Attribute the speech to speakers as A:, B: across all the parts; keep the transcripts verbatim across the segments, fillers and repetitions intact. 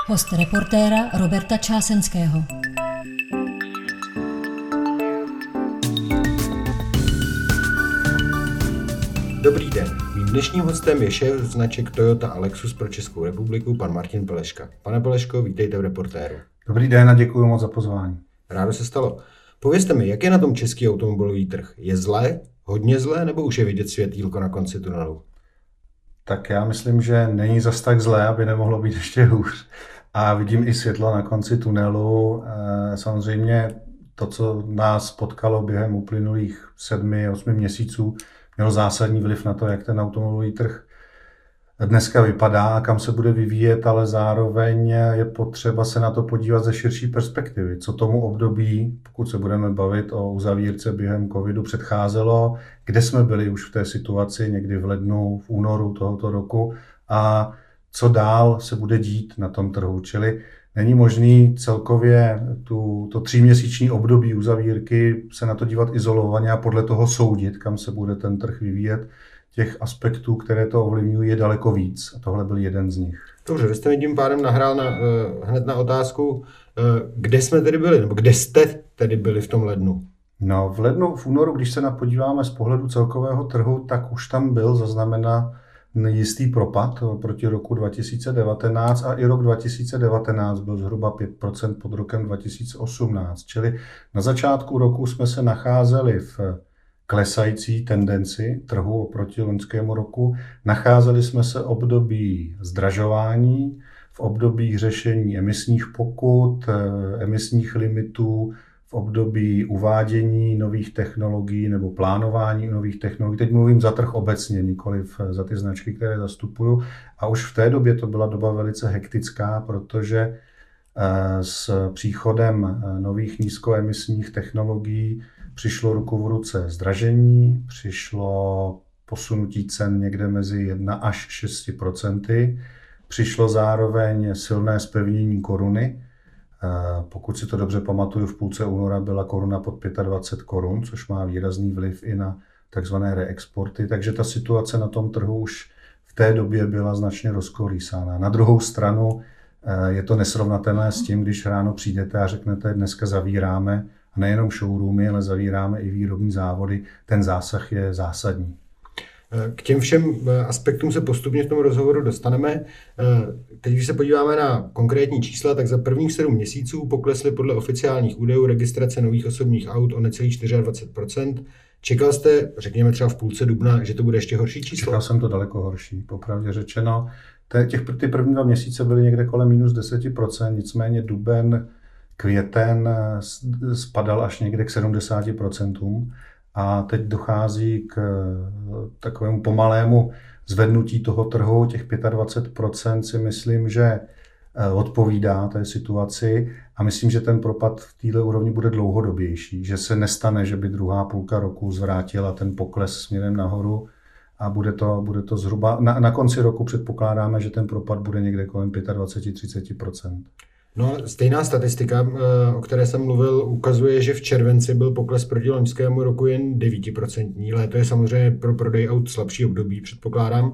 A: Host reportéra Roberta Čásenského.
B: Dobrý den. Mým dnešním hostem je šéf značek Toyota a Lexus pro Českou republiku, pan Martin Peleška. Pane Peleško, vítejte v reportéru.
C: Dobrý den a děkuji moc za pozvání.
B: Rádo se stalo. Povězte mi, jak je na tom český automobilový trh? Je zlé, hodně zlé, nebo už je vidět světýlko na konci tunelu?
C: Tak já myslím, že není zas tak zlé, aby nemohlo být ještě hůř. A vidím i světlo na konci tunelu. Samozřejmě to, co nás potkalo během uplynulých sedmi, osmi měsíců, mělo zásadní vliv na to, jak ten automobilový trh dneska vypadá a kam se bude vyvíjet, ale zároveň je potřeba se na to podívat ze širší perspektivy. Co tomu období, pokud se budeme bavit o uzavírce během covidu, předcházelo, kde jsme byli už v té situaci někdy v lednu, v únoru tohoto roku a co dál se bude dít na tom trhu. Čili není možný celkově tu, to tříměsíční období uzavírky se na to dívat izolovaně a podle toho soudit, kam se bude ten trh vyvíjet. Těch aspektů, které to ovlivňují, je daleko víc. A tohle byl jeden z nich.
B: Dobře, vy jste mi tím pádem nahrál na, hned na otázku, kde jsme tedy byli, nebo kde jste tedy byli v tom lednu?
C: No, v lednu, v únoru, když se napodíváme z pohledu celkového trhu, tak už tam byl zaznamenán jistý propad proti roku dva tisíce devatenáct a i rok dva tisíce devatenáct byl zhruba pět procent pod rokem dva tisíce osmnáct. Čili na začátku roku jsme se nacházeli v klesající tendenci trhu oproti loňskému roku. Nacházeli jsme se v období zdražování, v období řešení emisních pokut, emisních limitů, v období uvádění nových technologií nebo plánování nových technologií. Teď mluvím za trh obecně, nikoliv za ty značky, které zastupuju. A už v té době to byla doba velice hektická, protože s příchodem nových nízkoemisních technologií přišlo ruku v ruce zdražení, přišlo posunutí cen někde mezi jedna až šest procent, přišlo zároveň silné zpevnění koruny. Pokud si to dobře pamatuju, v půlce února byla koruna pod dvacet pět korun, což má výrazný vliv i na takzvané reexporty, takže ta situace na tom trhu už v té době byla značně rozkolísána. Na druhou stranu je to nesrovnatelné s tím, když ráno přijdete a řeknete, dneska zavíráme, a nejenom showroomy, ale zavíráme i výrobní závody, ten zásah je zásadní.
B: K těm všem aspektům se postupně v tom rozhovoru dostaneme. Teď, když se podíváme na konkrétní čísla, tak za prvních sedm měsíců poklesly podle oficiálních údajů registrace nových osobních aut o necelých dvacet čtyři procent. Čekal jste, řekněme třeba v půlce dubna, že to bude ještě horší číslo?
C: Čekal jsem to daleko horší, popravdě řečeno. Těch, ty první dva měsíce byly někde kolem minus deset procent, nicméně duben, květen spadal až někde k sedmdesáti procentům a teď dochází k takovému pomalému zvednutí toho trhu. Těch dvacet pět procent si myslím, že odpovídá té situaci a myslím, že ten propad v této úrovni bude dlouhodobější, že se nestane, že by druhá půlka roku zvrátila ten pokles směrem nahoru a bude to, bude to zhruba, na, na konci roku předpokládáme, že ten propad bude někde kolem dvacet pět až třicet procent.
B: No, stejná statistika, o které jsem mluvil, ukazuje, že v červenci byl pokles proti loňskému roku jen devět procent. Léto je samozřejmě pro prodej aut slabší období, předpokládám,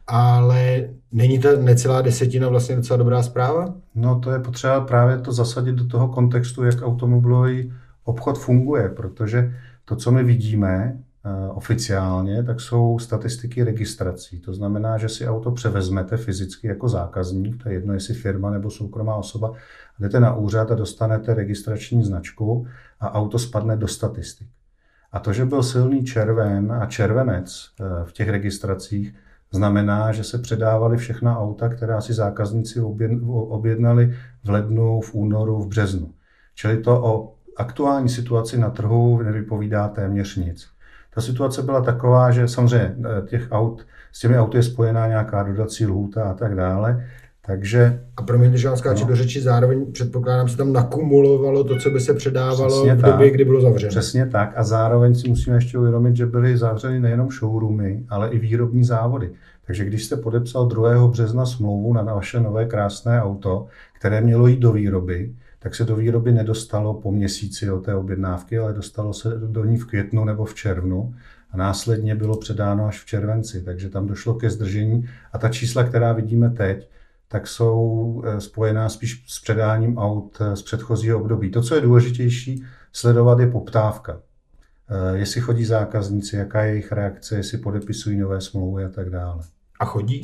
B: ale není ta necelá desetina vlastně docela dobrá zpráva?
C: No, to je potřeba právě to zasadit do toho kontextu, jak automobilový obchod funguje, protože to, co my vidíme oficiálně, tak jsou statistiky registrací. To znamená, že si auto převezmete fyzicky jako zákazník, to je jedno, jestli firma nebo soukromá osoba, jdete na úřad a dostanete registrační značku a auto spadne do statistik. A to, že byl silný červen a červenec v těch registracích, znamená, že se předávaly všechna auta, která si zákazníci objednali v lednu, v únoru, v březnu. Čili to o aktuální situaci na trhu nevypovídá téměř nic. Ta situace byla taková, že samozřejmě těch aut, s těmi auty je spojená nějaká dodací lhůta a tak dále, takže...
B: A promiňte, že vám skáču no. do řeči, zároveň předpokládám, se tam nakumulovalo to, co by se předávalo přesně v době, tak, kdy bylo zavřeno.
C: Přesně tak a zároveň si musíme ještě uvědomit, že byly zavřeny nejenom showroomy, ale i výrobní závody. Takže když jste podepsal druhého března smlouvu na vaše nové krásné auto, které mělo jít do výroby, tak se do výroby nedostalo po měsíci od té objednávky, ale dostalo se do ní v květnu nebo v červnu a následně bylo předáno až v červenci, takže tam došlo ke zdržení a ta čísla, která vidíme teď, tak jsou spojená spíš s předáním aut z předchozího období. To, co je důležitější sledovat, je poptávka. Jestli chodí zákazníci, jaká je jejich reakce, jestli podepisují nové smlouvy a tak dále.
B: A chodí?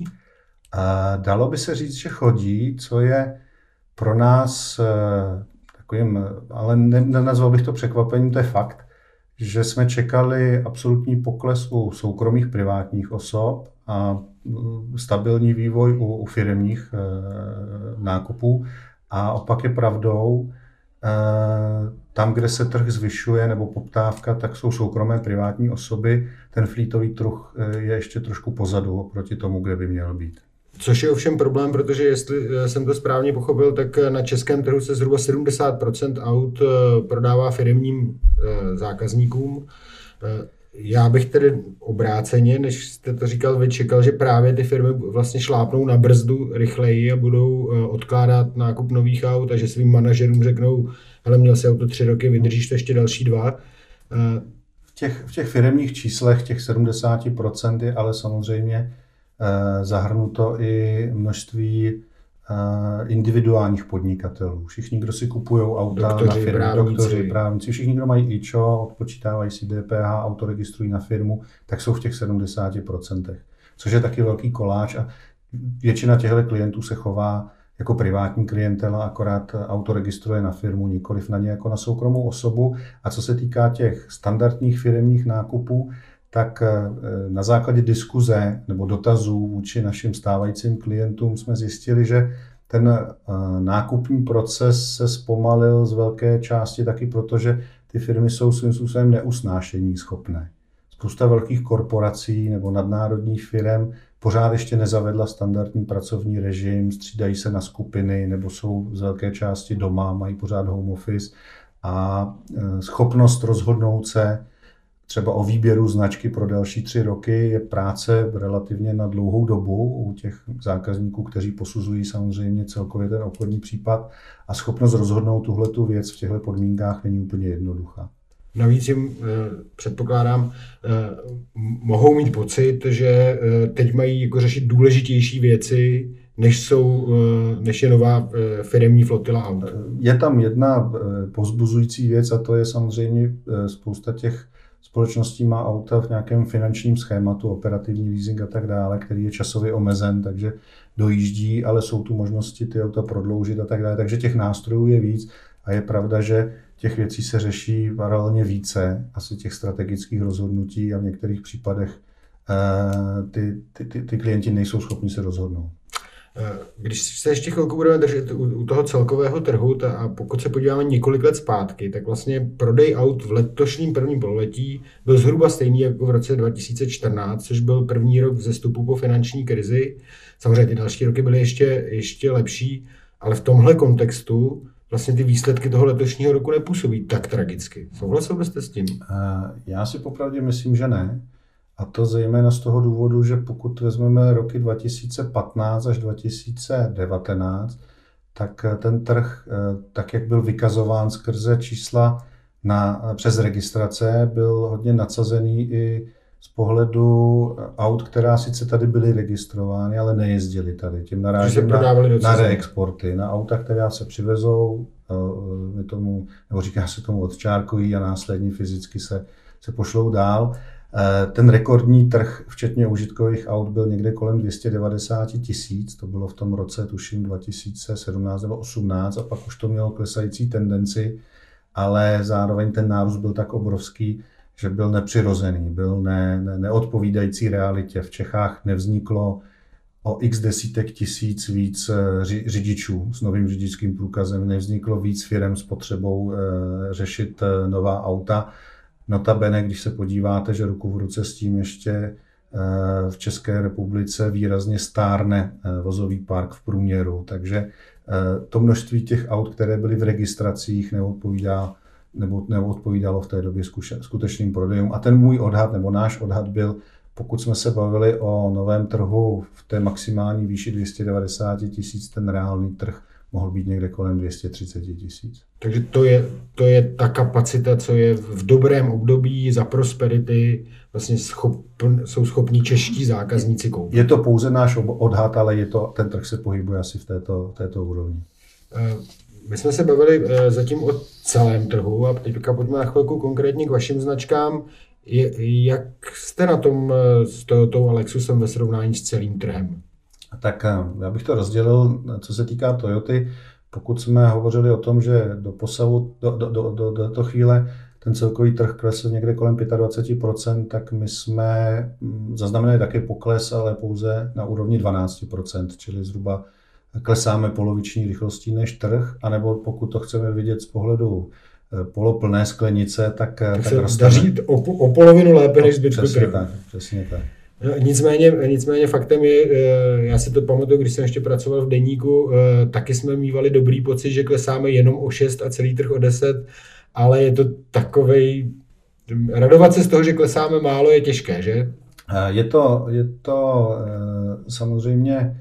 C: A dalo by se říct, že chodí, co je pro nás takovým, ale nenazval bych to překvapením, to je fakt, že jsme čekali absolutní pokles u soukromých privátních osob a stabilní vývoj u, u firemních e, nákupů. A opak je pravdou, e, tam, kde se trh zvyšuje nebo poptávka, tak jsou soukromé privátní osoby. Ten fleetový trh je ještě trošku pozadu oproti tomu, kde by měl být.
B: Což je ovšem problém, protože jestli jsem to správně pochopil, tak na českém trhu se zhruba sedmdesát procent aut prodává firemním zákazníkům. Já bych tedy obráceně, než jste to říkal, vy čekal, že právě ty firmy vlastně šlápnou na brzdu rychleji a budou odkládat nákup nových aut a že svým manažerům řeknou, hele, měl jsi auto tři roky, vydržíš to ještě další dva.
C: V těch, v těch firemních číslech těch sedmdesát procent je ale samozřejmě zahrnuto i množství individuálních podnikatelů. Všichni, kdo si kupují auta doktoři, na firmu, právníci. doktoři, právníci, všichni, kdo mají I Č O, odpočítávají si D P H, auto registrují na firmu, tak jsou v těch sedmdesát procent. Což je taky velký koláč a většina těchto klientů se chová jako privátní klientela, akorát auto registruje na firmu, nikoliv na ně jako na soukromou osobu. A co se týká těch standardních firemních nákupů, tak na základě diskuze nebo dotazů vůči našim stávajícím klientům jsme zjistili, že ten nákupní proces se zpomalil z velké části taky proto, že ty firmy jsou svým způsobem neusnášení schopné. Spousta velkých korporací nebo nadnárodních firm pořád ještě nezavedla standardní pracovní režim, střídají se na skupiny nebo jsou z velké části doma, mají pořád home office a schopnost rozhodnout se třeba o výběru značky pro další tři roky je práce relativně na dlouhou dobu u těch zákazníků, kteří posuzují samozřejmě celkově ten obchodní případ a schopnost rozhodnout tuhletu věc v těchto podmínkách není úplně jednoduchá.
B: Navíc jim, předpokládám, mohou mít pocit, že teď mají jako řešit důležitější věci, než, jsou, než je nová firemní flotila aut.
C: Je tam jedna povzbuzující věc a to je samozřejmě spousta těch společností má auta v nějakém finančním schématu, operativní leasing a tak dále, který je časově omezen, takže dojíždí, ale jsou tu možnosti ty auta prodloužit a tak dále. Takže těch nástrojů je víc a je pravda, že těch věcí se řeší paralelně více, asi těch strategických rozhodnutí a v některých případech uh, ty, ty, ty, ty klienti nejsou schopni se rozhodnout.
B: Když se ještě chvilku budeme držet u toho celkového trhu ta, a pokud se podíváme několik let zpátky, tak vlastně prodej aut v letošním prvním pololetí byl zhruba stejný jako v roce dva tisíce čtrnáct, což byl první rok vzestupu po finanční krizi. Samozřejmě ty další roky byly ještě, ještě lepší, ale v tomhle kontextu vlastně ty výsledky toho letošního roku nepůsobí tak tragicky. Souhlasil byste s tím?
C: Já si popravdě myslím, že ne. A to zejména z toho důvodu, že pokud vezmeme roky dva tisíce patnáct až dva tisíce devatenáct, tak ten trh, tak jak byl vykazován skrze čísla na, přes registrace, byl hodně nadsazený i z pohledu aut, která sice tady byly registrovány, ale nejezdily tady. Tím narážím na, na reexporty, na auta, která se přivezou, tomu, nebo říká se tomu odčárkují a následně fyzicky se, se pošlou dál. Ten rekordní trh, včetně užitkových aut, byl někde kolem dvě stě devadesát tisíc, to bylo v tom roce, tuším, dva tisíce sedmnáct nebo osmnáct, a pak už to mělo klesající tendenci, ale zároveň ten nárůst byl tak obrovský, že byl nepřirozený, byl ne, ne, neodpovídající realitě. V Čechách nevzniklo o x desítek tisíc víc řidičů s novým řidičským průkazem, nevzniklo víc firem s potřebou e, řešit e, nová auta. Notabene, když se podíváte, že ruku v ruce s tím ještě v České republice výrazně stárne vozový park v průměru, takže to množství těch aut, které byly v registracích, neodpovídá, nebo neodpovídalo v té době skutečným prodejům. A ten můj odhad, nebo náš odhad byl, pokud jsme se bavili o novém trhu v té maximální výši dvě stě devadesát tisíc, ten reálný trh mohl být někde kolem dvě stě třicet tisíc.
B: Takže to je, to je ta kapacita, co je v dobrém období za prosperity, vlastně schop, jsou schopní čeští zákazníci koupit.
C: Je to pouze náš odhad, ale je to, ten trh se pohybuje asi v této, této úrovni.
B: My jsme se bavili zatím o celém trhu a teďka pojďme na chvilku konkrétně k vašim značkám. Jak jste na tom s Toyotou a Lexusem ve srovnání s celým trhem?
C: Tak já bych to rozdělil, co se týká Toyoty. Pokud jsme hovořili o tom, že do posavu, do, do, do, do, do to chvíle ten celkový trh klesl někde kolem dvacet pět procent, tak my jsme zaznamenali taky pokles, ale pouze na úrovni dvanáct procent, čili zhruba klesáme poloviční rychlostí než trh, anebo pokud to chceme vidět z pohledu poloplné sklenice, tak,
B: tak,
C: tak
B: se
C: rosteme.
B: daří o, o polovinu lépe než zbytku
C: přesně
B: trhu.
C: Tak, přesně tak.
B: Nicméně, nicméně faktem je, já si to pamatuju, když jsem ještě pracoval v deníku, taky jsme mívali dobrý pocit, že klesáme jenom o šest a celý trh o deset, ale je to takovej, radovat se z toho, že klesáme málo, je těžké, že?
C: Je to, je to samozřejmě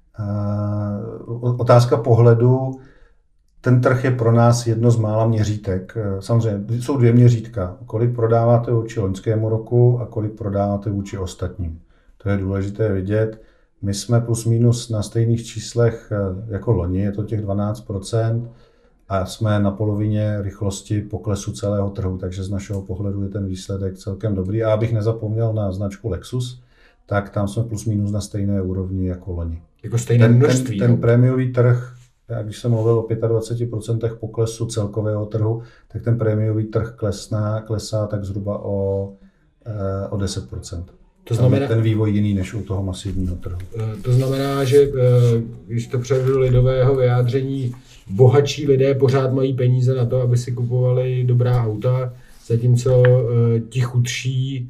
C: otázka pohledu. Ten trh je pro nás jedno z mála měřítek. Samozřejmě jsou dvě měřítka. Kolik prodáváte vůči loňskému roku a kolik prodáváte vůči ostatním. To je důležité vidět. My jsme plus minus na stejných číslech jako loni, je to těch dvanáct procent a jsme na polovině rychlosti poklesu celého trhu, takže z našeho pohledu je ten výsledek celkem dobrý. A abych nezapomněl na značku Lexus, tak tam jsme plus minus na stejné úrovni jako loni.
B: Jako stejné
C: ten,
B: množství.
C: Ten, ten prémiový trh, když jsem mluvil o dvacet pět procent poklesu celkového trhu, tak ten prémiový trh klesná, klesá tak zhruba o, o deset procent.
B: To znamená,
C: ten vývoj jiný než u toho masivního trhu.
B: To znamená, že když to převedu do lidového vyjádření, bohatší lidé pořád mají peníze na to, aby si kupovali dobrá auta, zatímco ti chudší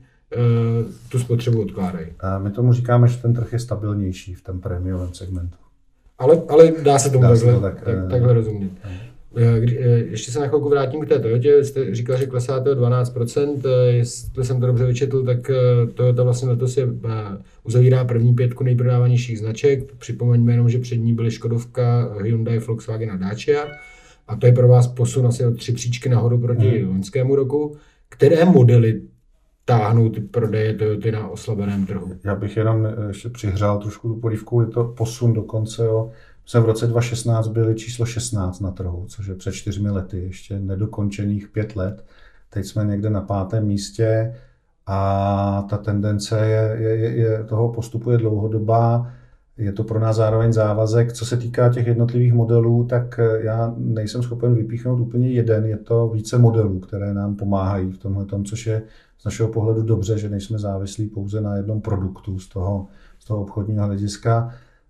B: tu spotřebu odkládají.
C: A my tomu říkáme, že ten trh je stabilnější v tom prémiovém segmentu.
B: Ale, ale dá se tomu
C: dá
B: takhle,
C: se to tak,
B: tak, takhle rozumět. Kdy, ještě se na chvilku vrátím k té Toyotě. Jste říkal, že klesáte o dvanáct procent. Jestli jsem to dobře vyčetl, tak Toyota vlastně letos je, uzavírá první pětku nejprodávanějších značek. Připomeňme jenom, že před ní byly Škodovka, Hyundai, Volkswagen a Dacia. A to je pro vás posun asi o tři příčky nahoru proti hmm. loňskému roku. Které modely táhnou ty prodeje Toyoty na oslabeném trhu?
C: Já bych jenom ještě přihřál trošku tu polívku. Je to posun dokonce o jsme v roce dva tisíce šestnáct byli číslo šestnáct na trhu, což je před čtyřmi lety, ještě nedokončených pět let. Teď jsme někde na pátém místě a ta tendence je, je, je toho postupu je dlouhodobá. Je to pro nás zároveň závazek. Co se týká těch jednotlivých modelů, tak já nejsem schopen vypíchnout úplně jeden. Je to více modelů, které nám pomáhají v tomhletom, což je z našeho pohledu dobře, že nejsme závislí pouze na jednom produktu z toho, z toho obchodního hlediska.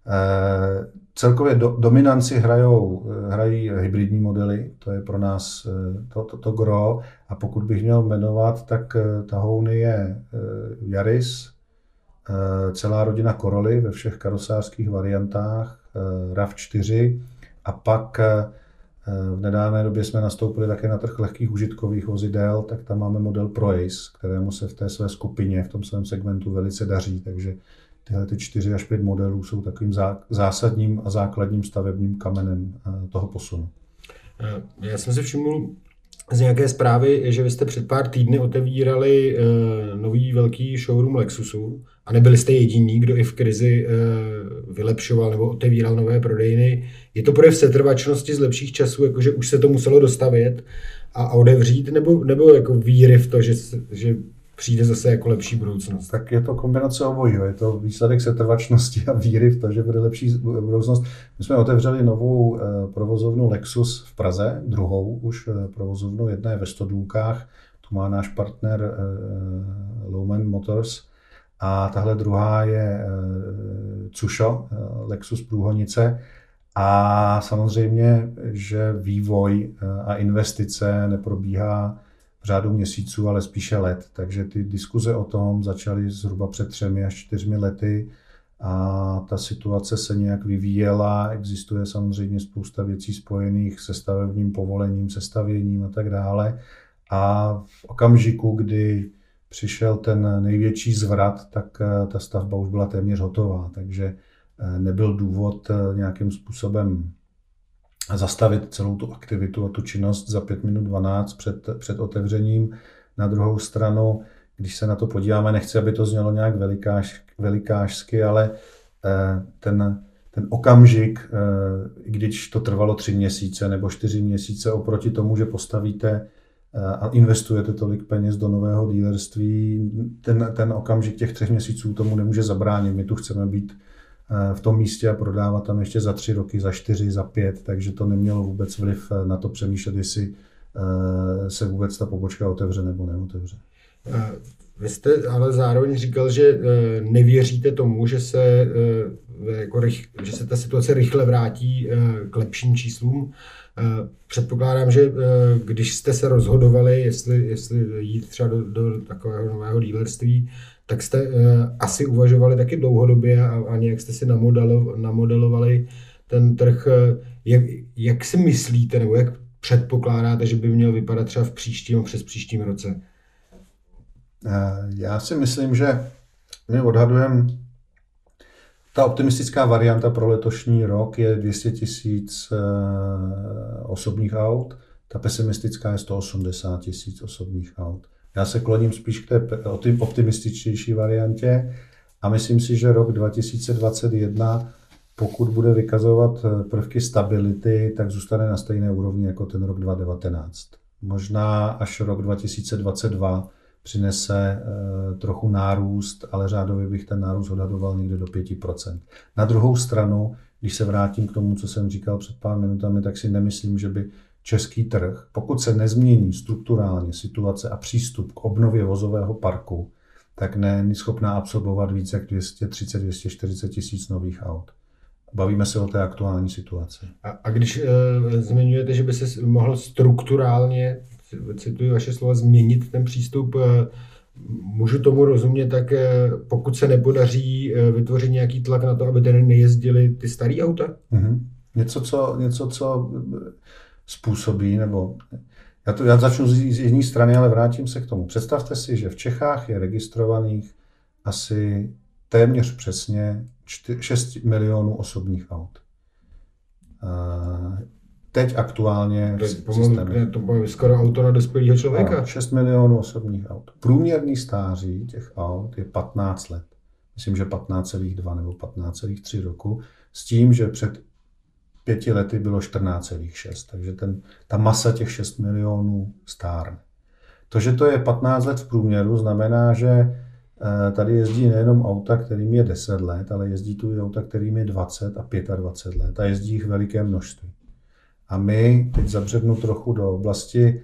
C: Eh, celkově do, dominanci hrajou, hrají hybridní modely, to je pro nás to, to, to gro. A pokud bych měl jmenovat, tak tahouny je eh, Yaris, eh, celá rodina Corolly ve všech karosářských variantách, eh, RAV čtyři a pak eh, v nedávné době jsme nastoupili také na trh lehkých užitkových vozidel, tak tam máme model ProAce, kterému se v té své skupině, v tom svém segmentu velice daří, takže tyhle ty čtyři až pět modelů jsou takovým zásadním a základním stavebním kamenem toho posunu.
B: Já jsem si všiml z nějaké zprávy, že vy jste před pár týdny otevírali uh, nový velký showroom Lexusu a nebyli jste jediní, kdo i v krizi uh, vylepšoval nebo otevíral nové prodejny. Je to projev setrvačnosti z lepších časů, jakože už se to muselo dostavět a, a odevřít, nebo, nebo jako víry v to, že, že přijde zase jako lepší budoucnost?
C: Tak je to kombinace obojího. Je to výsledek setrvačnosti a víry v to, že bude lepší budoucnost. My jsme otevřeli novou provozovnu Lexus v Praze, druhou už provozovnu, jedna je ve Stodůlkách, tu má náš partner Loumen Motors a tahle druhá je Cušo, Lexus Průhonice. A samozřejmě, že vývoj a investice neprobíhá v řádu měsíců, ale spíše let. Takže ty diskuze o tom začaly zhruba před třemi až čtyřmi lety a ta situace se nějak vyvíjela. Existuje samozřejmě spousta věcí spojených se stavebním povolením, se stavěním a tak dále. A v okamžiku, kdy přišel ten největší zvrat, tak ta stavba už byla téměř hotová. Takže nebyl důvod nějakým způsobem zastavit celou tu aktivitu a tu činnost za pět minut dvanáct před, před otevřením. Na druhou stranu, když se na to podíváme, nechci, aby to znělo nějak velikář, velikářsky, ale ten, ten okamžik, i když to trvalo tři měsíce nebo čtyři měsíce oproti tomu, že postavíte a investujete tolik peněz do nového dealerství, ten, ten okamžik těch třech měsíců tomu nemůže zabránit. My tu chceme být v tom místě a prodávat tam ještě za tři roky, za čtyři, za pět, takže to nemělo vůbec vliv na to přemýšlet, jestli se vůbec ta pobočka otevře nebo neotevře.
B: Vy jste ale zároveň říkal, že nevěříte tomu, že se, jako rych, že se ta situace rychle vrátí k lepším číslům. Předpokládám, že když jste se rozhodovali, jestli, jestli jít třeba do, do takového nového dealerství, tak jste asi uvažovali taky dlouhodobě a, a nějak jste si namodelo, namodelovali ten trh. Jak, jak si myslíte, nebo jak předpokládáte, že by měl vypadat třeba v příštím a přes příštím roce?
C: Já si myslím, že my odhadujeme, ta optimistická varianta pro letošní rok je dvě stě tisíc osobních aut, ta pesimistická je sto osmdesát tisíc osobních aut. Já se kloním spíš k té optimističtější variantě a myslím si, že rok dva tisíce dvacet jedna, pokud bude vykazovat prvky stability, tak zůstane na stejné úrovni jako ten rok dva tisíce devatenáct. Možná až rok dva tisíce dvacet dva přinese e, trochu nárůst, ale řádově bych ten nárůst odhadoval někde do pět procent. Na druhou stranu, když se vrátím k tomu, co jsem říkal před pár minutami, tak si nemyslím, že by český trh, pokud se nezmění strukturálně situace a přístup k obnově vozového parku, tak není schopná absorbovat více jak dvě stě třicet až dvě stě čtyřicet tisíc nových aut. Bavíme se o té aktuální situaci.
B: A, a když e, zmiňujete, že by se mohl strukturálně, cituji vaše slova, změnit ten přístup, můžu tomu rozumět, tak pokud se nepodaří vytvořit nějaký tlak na to, aby tady nejezdili ty starý auta?
C: Mm-hmm. Něco, co, něco, co způsobí, nebo já, to, já začnu z, z jedné strany, ale vrátím se k tomu. Představte si, že v Čechách je registrovaných asi téměř přesně šest milionů osobních aut. Teď aktuálně
B: to je, pomalu, to je skoro auto na dospělého člověka.
C: No, šest milionů osobních aut. Průměrný stáří těch aut je patnáct let. Myslím, že patnáct celá dva nebo patnáct celá tři roku. S tím, že před pěti lety bylo čtrnáct celá šest. Takže ten, ta masa těch šest milionů stárne. To, že to je patnáct let v průměru, znamená, že tady jezdí nejenom auta, kterým je deset let, ale jezdí tu i auta, kterým je dvacet a dvacet pět let. A jezdí jich veliké množství. A my, teď zabřednu trochu do oblasti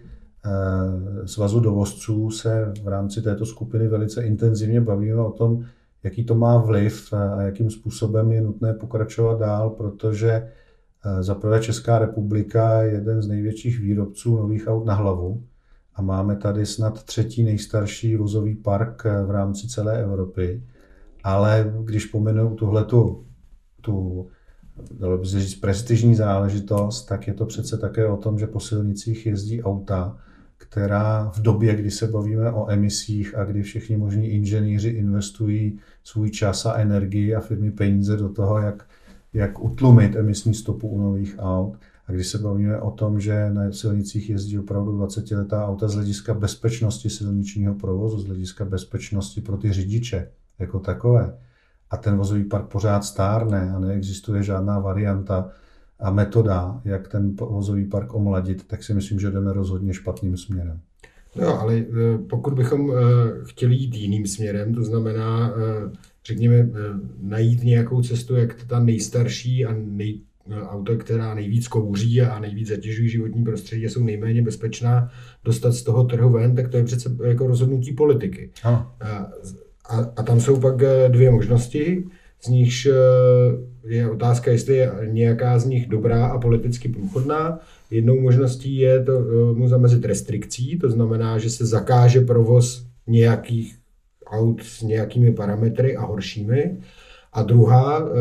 C: eh, svazu dovozců, se v rámci této skupiny velice intenzivně bavíme o tom, jaký to má vliv a jakým způsobem je nutné pokračovat dál, protože eh, za prvé Česká republika je jeden z největších výrobců nových aut na hlavu a máme tady snad třetí nejstarší vozový park v rámci celé Evropy. Ale když pominu tuhletu tu dalo by se říct prestižní záležitost, tak je to přece také o tom, že po silnicích jezdí auta, která v době, kdy se bavíme o emisích a kdy všichni možní inženýři investují svůj čas a energii a firmy peníze do toho, jak, jak utlumit emisní stopu u nových aut. A když se bavíme o tom, že na silnicích jezdí opravdu dvacetiletá auta z hlediska bezpečnosti silničního provozu, z hlediska bezpečnosti pro ty řidiče jako takové, a ten vozový park pořád stárne a neexistuje žádná varianta a metoda, jak ten vozový park omladit, tak si myslím, že jdeme rozhodně špatným směrem.
B: No, ale pokud bychom chtěli jít jiným směrem, to znamená, řekněme, najít nějakou cestu, jak ta nejstarší a nej, auta, která nejvíc kouří a nejvíc zatěžují životní prostředí a jsou nejméně bezpečná, dostat z toho trhu ven, tak to je přece jako rozhodnutí politiky.
C: Ano.
B: A, a tam jsou pak dvě možnosti, z nichž je otázka, jestli je nějaká z nich dobrá a politicky průchodná. Jednou možností je to mu zamezit restrikcí, to znamená, že se zakáže provoz nějakých aut s nějakými parametry a horšími. A druhá,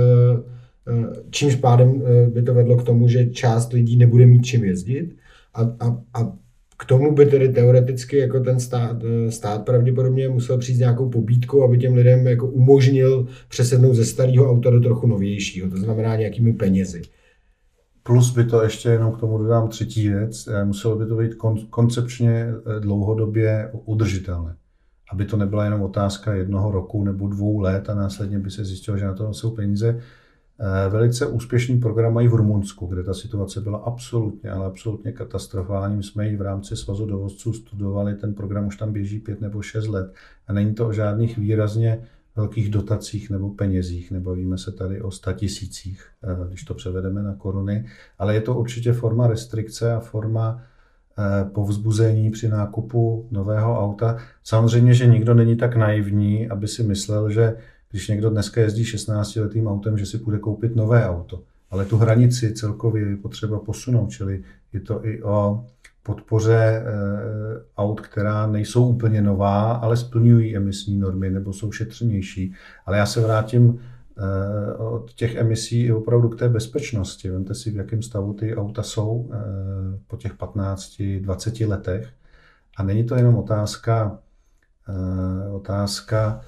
B: čímž pádem by to vedlo k tomu, že část lidí nebude mít čím jezdit. A, a, a k tomu by tedy teoreticky jako ten stát, stát pravděpodobně musel přijít s nějakou pobídkou, aby těm lidem jako umožnil přesednout ze starého auta do trochu novějšího, to znamená nějakými penězi.
C: Plus by to ještě jenom k tomu dodám třetí věc, muselo by to být koncepčně dlouhodobě udržitelné. Aby to nebyla jenom otázka jednoho roku nebo dvou let a následně by se zjistilo, že na to jsou peníze. Velice úspěšný program mají v Rumunsku, kde ta situace byla absolutně, ale absolutně katastrofální. My jsme ji v rámci Svazu dovozců studovali, ten program už tam běží pět nebo šest let a není to o žádných výrazně velkých dotacích nebo penězích, nebavíme se tady o statisících, když to převedeme na koruny, ale je to určitě forma restrikce a forma povzbuzení při nákupu nového auta. Samozřejmě, že nikdo není tak naivní, aby si myslel, že když někdo dneska jezdí šestnáctiletým autem, že si půjde koupit nové auto. Ale tu hranici celkově je potřeba posunout, čili je to i o podpoře e, aut, která nejsou úplně nová, ale splňují emisní normy nebo jsou šetrnější. Ale já se vrátím e, od těch emisí opravdu k té bezpečnosti. Vemte si, v jakém stavu ty auta jsou e, po těch patnácti dvaceti letech. A není to jenom otázka, e, otázka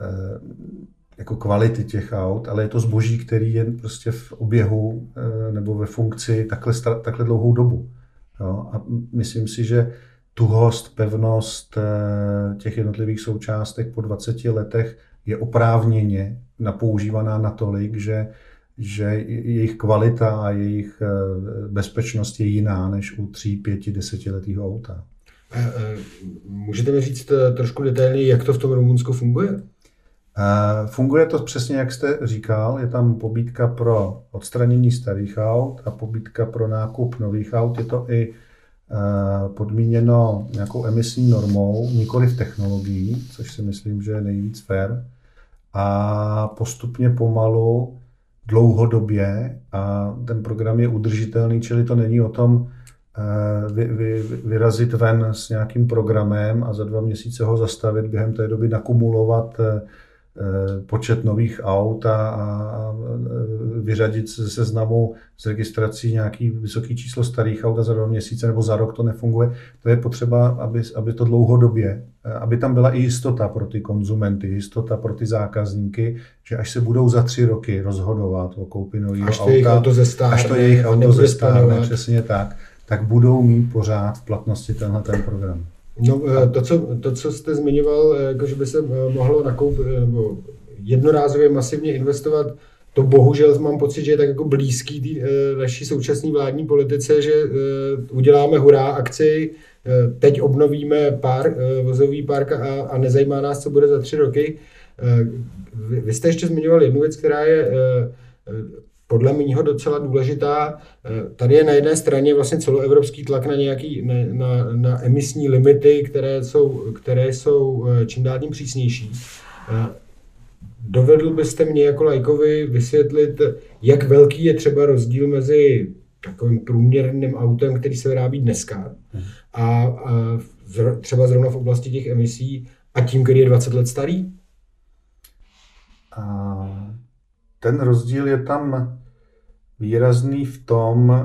C: jako kvality těch aut, ale je to zboží, který je prostě v oběhu nebo ve funkci takhle, takhle dlouhou dobu. Jo? A myslím si, že tuhost, pevnost těch jednotlivých součástek po dvaceti letech je oprávněně napoužívaná natolik, že, že jejich kvalita a jejich bezpečnost je jiná než u tří, pěti, desetiletého auta.
B: Můžete mi říct trošku detailněji, jak to v tom Rumunsku funguje?
C: Funguje to přesně, jak jste říkal, je tam pobídka pro odstranění starých aut a pobídka pro nákup nových aut. Je to i podmíněno nějakou emisní normou, nikoliv technologií, což si myslím, že je nejvíc fair. A postupně pomalu, dlouhodobě, a ten program je udržitelný, čili to není o tom vy, vy, vyrazit ven s nějakým programem a za dva měsíce ho zastavit, během té doby nakumulovat počet nových aut a, a vyřadit ze seznamu z registrací nějaký vysoký číslo starých aut a za dva měsíce nebo za rok to nefunguje. To je potřeba, aby, aby to dlouhodobě, aby tam byla i jistota pro ty konzumenty, jistota pro ty zákazníky, že až se budou za tři roky rozhodovat o koupi nového
B: auta,
C: to jejich auto
B: zestárne,
C: až to jejich auto zestárne, přesně tak, tak budou mít pořád v platnosti tenhle ten program.
B: No, to, co, to, co jste zmiňoval, jako že by se mohlo nakoupit nebo jednorázově masivně investovat, to bohužel mám pocit, že je tak jako blízký tý, naší současné vládní politice, že uděláme hurá akci, teď obnovíme pár, vozový park a, a nezajímá nás, co bude za tři roky. Vy, vy jste ještě zmiňoval jednu věc, která je podle mého docela důležitá. Tady je na jedné straně vlastně celoevropský tlak na nějaký na, na, na emisní limity, které jsou, které jsou čím dál tím přísnější. Dovedl byste mě jako laikovi vysvětlit, jak velký je třeba rozdíl mezi takovým průměrným autem, který se vyrábí dneska, a, a třeba zrovna v oblasti těch emisí, a tím, který je dvacet let starý?
C: A ten rozdíl je tam výrazný v tom,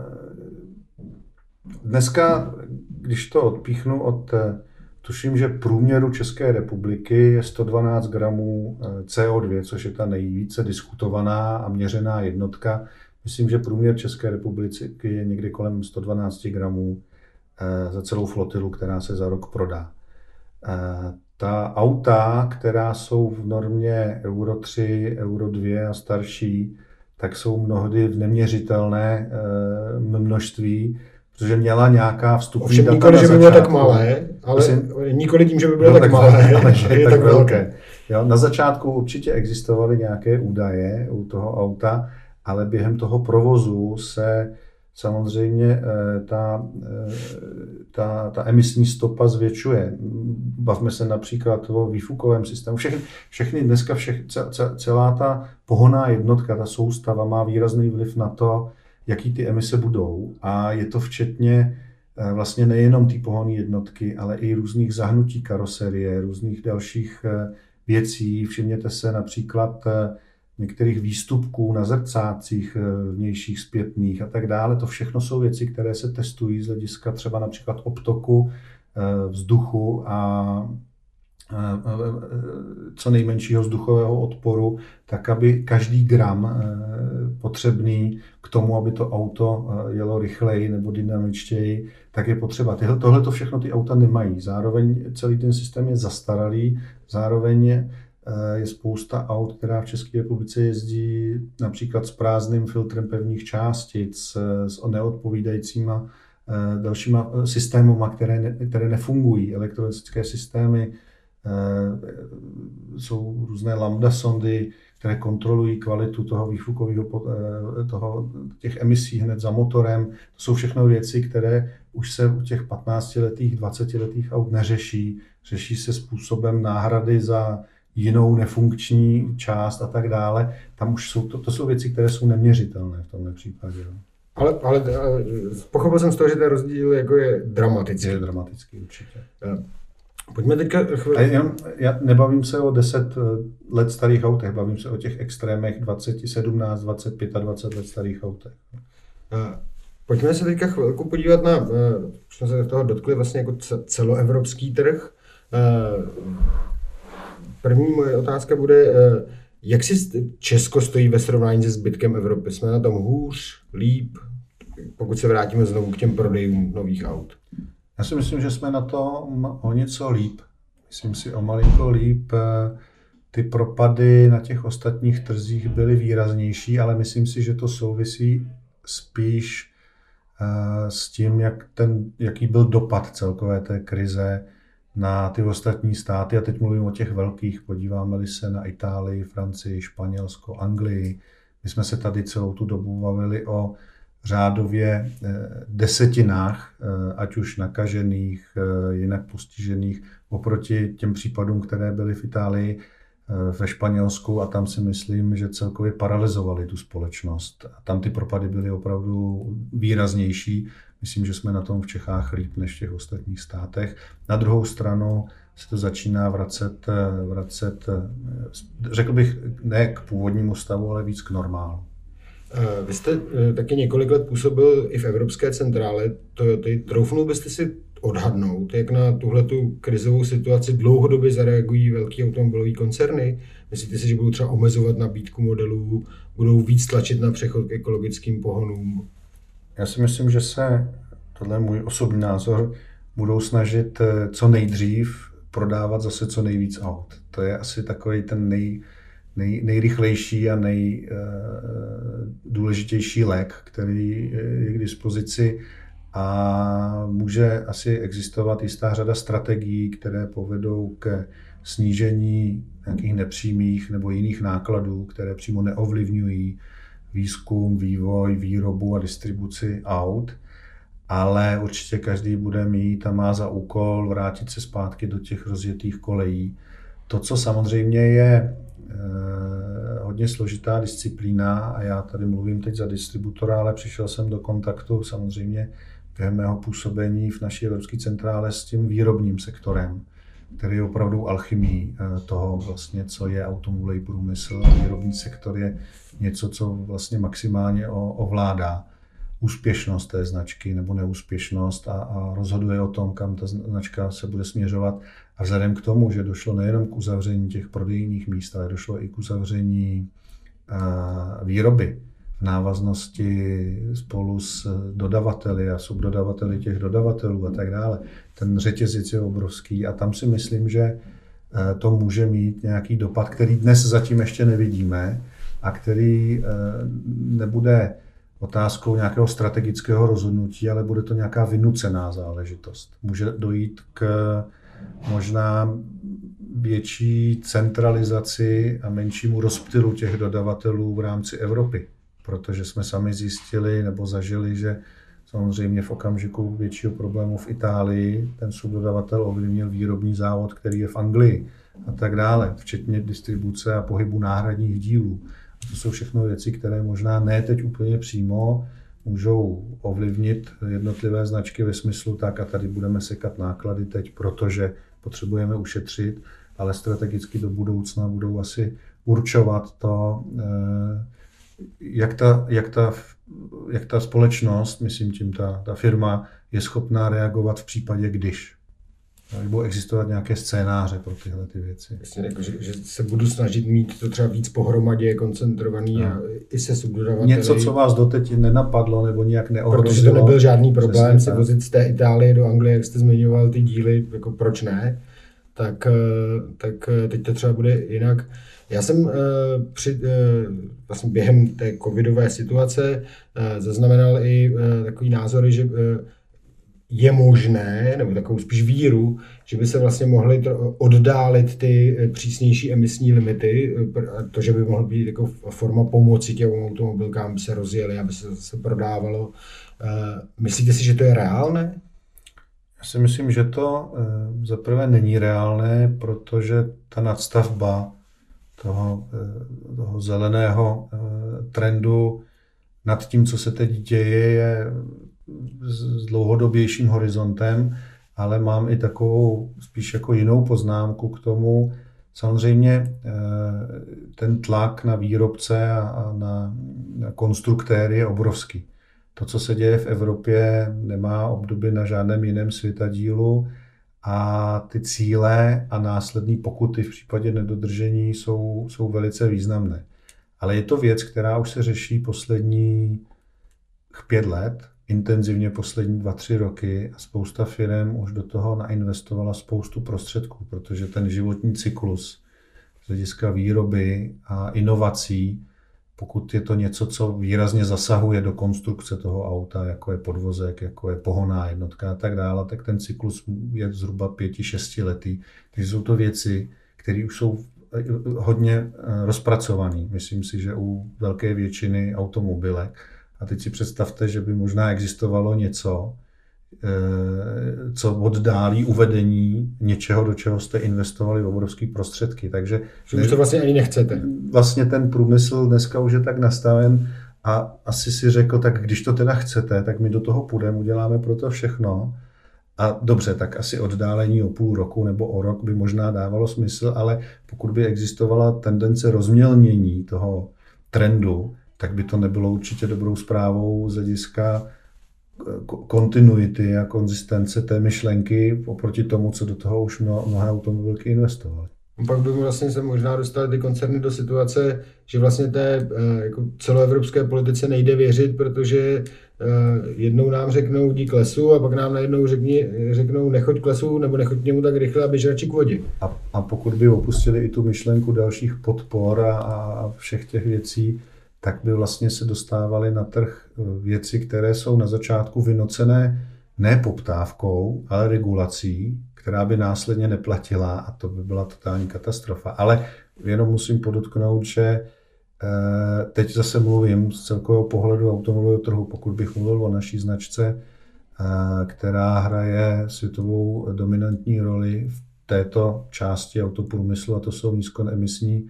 C: dneska, když to odpíchnu od, tuším, že průměru České republiky je sto dvanáct gramů C O dva, což je ta nejvíce diskutovaná a měřená jednotka. Myslím, že průměr České republiky je někdy kolem sto dvanáct gramů za celou flotilu, která se za rok prodá. Ta auta, která jsou v normě Euro tři, Euro dva a starší, tak jsou mnohdy v neměřitelné množství, protože měla nějaká vstupní data na
B: nikoli,
C: začátku.
B: že by bylo tak malé, ale Myslím, nikoli tím, že by bylo tak, tak malé,
C: ale že
B: je
C: tak,
B: tak velké.
C: velké. Jo, na začátku určitě existovaly nějaké údaje u toho auta, ale během toho provozu se samozřejmě ta, ta, ta emisní stopa zvětšuje. Bavme se například o výfukovém systému. Všechny, všechny dneska všech, celá ta pohonná jednotka, ta soustava má výrazný vliv na to, jaký ty emise budou. A je to včetně vlastně nejenom ty pohonné jednotky, ale i různých zahnutí karoserie, různých dalších věcí. Všimněte se například některých výstupků na zrcácích vnějších zpětných a tak dále. To všechno jsou věci, které se testují z hlediska třeba například obtoku vzduchu a co nejmenšího vzduchového odporu, tak aby každý gram potřebný k tomu, aby to auto jelo rychleji nebo dynamičtěji, tak je potřeba. Tohle to všechno ty auta nemají. Zároveň celý ten systém je zastaralý, zároveň je spousta aut, která v České republice jezdí například s prázdným filtrem pevných částic, s neodpovídajícíma dalšíma systémama, které, ne, které nefungují. Elektronické systémy, jsou různé lambda sondy, které kontrolují kvalitu toho výfukového, toho, těch emisí hned za motorem. To jsou všechno věci, které už se u těch patnáctiletých, dvacetiletých aut neřeší. Řeší se způsobem náhrady za jinou nefunkční část a tak dále. Tam už jsou to, to jsou věci, které jsou neměřitelné v tomhle případě.
B: Ale, ale pochopil jsem z toho, že ten rozdíl jako je dramatický.
C: Je dramatický, určitě.
B: Pojďme teďka chvíli.
C: A jenom, já nebavím se o deset let starých autech, bavím se o těch extrémech dvacet, sedmnáct, dvacet pět a dvacet let starých autech.
B: Pojďme se teďka chvilku podívat na, už jsme se toho dotkli, vlastně jako celoevropský trh. První moje otázka bude, jak si Česko stojí ve srovnání se zbytkem Evropy? Jsme na tom hůř, líp, pokud se vrátíme znovu k těm prodejům nových aut?
C: Já si myslím, že jsme na tom o něco líp. Myslím si o malinko líp. Ty propady na těch ostatních trzích byly výraznější, ale myslím si, že to souvisí spíš s tím, jak ten, jaký byl dopad celkové té krize na ty ostatní státy. A teď mluvím o těch velkých. Podíváme-li se na Itálii, Francii, Španělsko, Anglii. My jsme se tady celou tu dobu bavili o řádově desetinách, ať už nakažených, jinak postižených, oproti těm případům, které byly v Itálii, ve Španělsku, a tam si myslím, že celkově paralyzovali tu společnost. A tam ty propady byly opravdu výraznější. Myslím, že jsme na tom v Čechách líp než v těch ostatních státech. Na druhou stranu se to začíná vracet, vracet, řekl bych, ne k původnímu stavu, ale víc k normálu.
B: Vy jste taky několik let působil i v Evropské centrále Toyoty. Troufnul byste si odhadnout, jak na tuhletu krizovou situaci dlouhodobě zareagují velký automobilový koncerny? Myslíte si, že budou třeba omezovat nabídku modelů, budou víc tlačit na přechod k ekologickým pohonům?
C: Já si myslím, že se, tohle je můj osobní názor, budou snažit co nejdřív prodávat zase co nejvíc aut. To je asi takový ten nej, nej, nejrychlejší a nejdůležitější lék, který je k dispozici, a může asi existovat jistá řada strategií, které povedou ke snížení nějakých nepřímých nebo jiných nákladů, které přímo neovlivňují výzkum, vývoj, výrobu a distribuci aut, ale určitě každý bude mít a má za úkol vrátit se zpátky do těch rozjetých kolejí. To, co samozřejmě je eh, hodně složitá disciplína, a já tady mluvím teď za distributora, ale přišel jsem do kontaktu samozřejmě během mého působení v naší evropské centrále s tím výrobním sektorem, který je opravdu alchymí toho, vlastně, co je automobilový průmysl. Výrobní sektor je něco, co vlastně maximálně ovládá úspěšnost té značky nebo neúspěšnost a, a rozhoduje o tom, kam ta značka se bude směřovat. A vzhledem k tomu, že došlo nejenom k uzavření těch prodejních míst, ale došlo i k uzavření a, výroby v návaznosti spolu s dodavateli a subdodavateli těch dodavatelů a tak dále. Ten řetězec je obrovský a tam si myslím, že to může mít nějaký dopad, který dnes zatím ještě nevidíme a který nebude otázkou nějakého strategického rozhodnutí, ale bude to nějaká vynucená záležitost. Může dojít k možná větší centralizaci a menšímu rozptylu těch dodavatelů v rámci Evropy, protože jsme sami zjistili nebo zažili, že samozřejmě v okamžiku většího problému v Itálii ten subdodavatel ovlivnil výrobní závod, který je v Anglii a tak dále, včetně distribuce a pohybu náhradních dílů. To jsou všechno věci, které možná ne teď úplně přímo můžou ovlivnit jednotlivé značky ve smyslu tak a tady budeme sekat náklady teď, protože potřebujeme ušetřit, ale strategicky do budoucna budou asi určovat to, jak ta, jak ta, jak ta společnost, myslím tím ta, ta firma, je schopná reagovat v případě když. Budou existovat nějaké scénáře pro tyhle ty věci.
B: Jasně, jako, že, že se budu snažit mít to třeba víc pohromadě, koncentrovaný no. a i se subdodavateli.
C: Něco, co vás doteď nenapadlo nebo nějak neohrozilo.
B: Protože to nebyl žádný problém
C: Přesně
B: se vozit z té Itálie do Anglie, jak jste zmiňoval ty díly, jako proč ne, tak, tak teď to třeba bude jinak. Já jsem při, vlastně během té covidové situace zaznamenal i takový názory, že je možné, nebo takovou spíš víru, že by se vlastně mohly oddálit ty přísnější emisní limity, to, že by mohla být jako forma pomoci těm automobilkám, aby se rozjeli, aby se zase prodávalo. Myslíte si, že to je reálné?
C: Já si myslím, že to za prvé není reálné, protože ta nadstavba toho, toho zeleného trendu nad tím, co se teď děje, je s dlouhodobějším horizontem, ale mám i takovou spíš jako jinou poznámku k tomu. Samozřejmě ten tlak na výrobce a na, na konstruktéry je obrovský. To, co se děje v Evropě, nemá obdoby na žádném jiném světadílu a ty cíle a následné pokuty v případě nedodržení jsou, jsou velice významné. Ale je to věc, která už se řeší posledních pět let, intenzivně poslední dva, tři roky a spousta firem už do toho nainvestovala spoustu prostředků, protože ten životní cyklus z hlediska výroby a inovací, pokud je to něco, co výrazně zasahuje do konstrukce toho auta, jako je podvozek, jako je pohonná jednotka a tak dále, tak ten cyklus je zhruba pěti, šesti letý. Takže jsou to věci, které už jsou hodně rozpracované. Myslím si, že u velké většiny automobilek. A teď si představte, že by možná existovalo něco, co oddálí uvedení něčeho, do čeho jste investovali obrovské prostředky. Takže
B: že už to vlastně ani nechcete.
C: Vlastně ten průmysl dneska už je tak nastaven a asi si řekl, tak když to teda chcete, tak my do toho půjdeme, uděláme pro to všechno. A dobře, tak asi oddálení o půl roku nebo o rok by možná dávalo smysl, ale pokud by existovala tendence rozmělnění toho trendu, tak by to nebylo určitě dobrou zprávou z hlediska kontinuity a konzistence té myšlenky oproti tomu, co do toho už mnohé automobilky investovaly.
B: Pak by vlastně se možná dostali ty koncerny do situace, že vlastně té jako celoevropské politice nejde věřit, protože jednou nám řeknou jdi k lesu a pak nám najednou řekni, řeknou nechoď k lesu nebo nechoď k němu tak rychle a běž radši k vodě.
C: A, a pokud by opustili i tu myšlenku dalších podpor a, a všech těch věcí, tak by vlastně se dostávaly na trh věci, které jsou na začátku vynocené ne poptávkou, ale regulací, která by následně neplatila a to by byla totální katastrofa. Ale jenom musím podotknout, že teď zase mluvím z celkového pohledu automobilového trhu, pokud bych mluvil o naší značce, která hraje světovou dominantní roli v této části autoprůmyslu, a to jsou nízkoemisní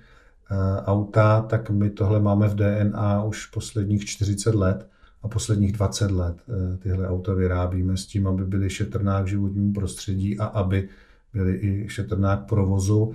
C: auta, tak my tohle máme v D N A už posledních čtyřicet let a posledních dvacet let tyhle auta vyrábíme s tím, aby byly šetrná k životnímu prostředí a aby byly i šetrná k provozu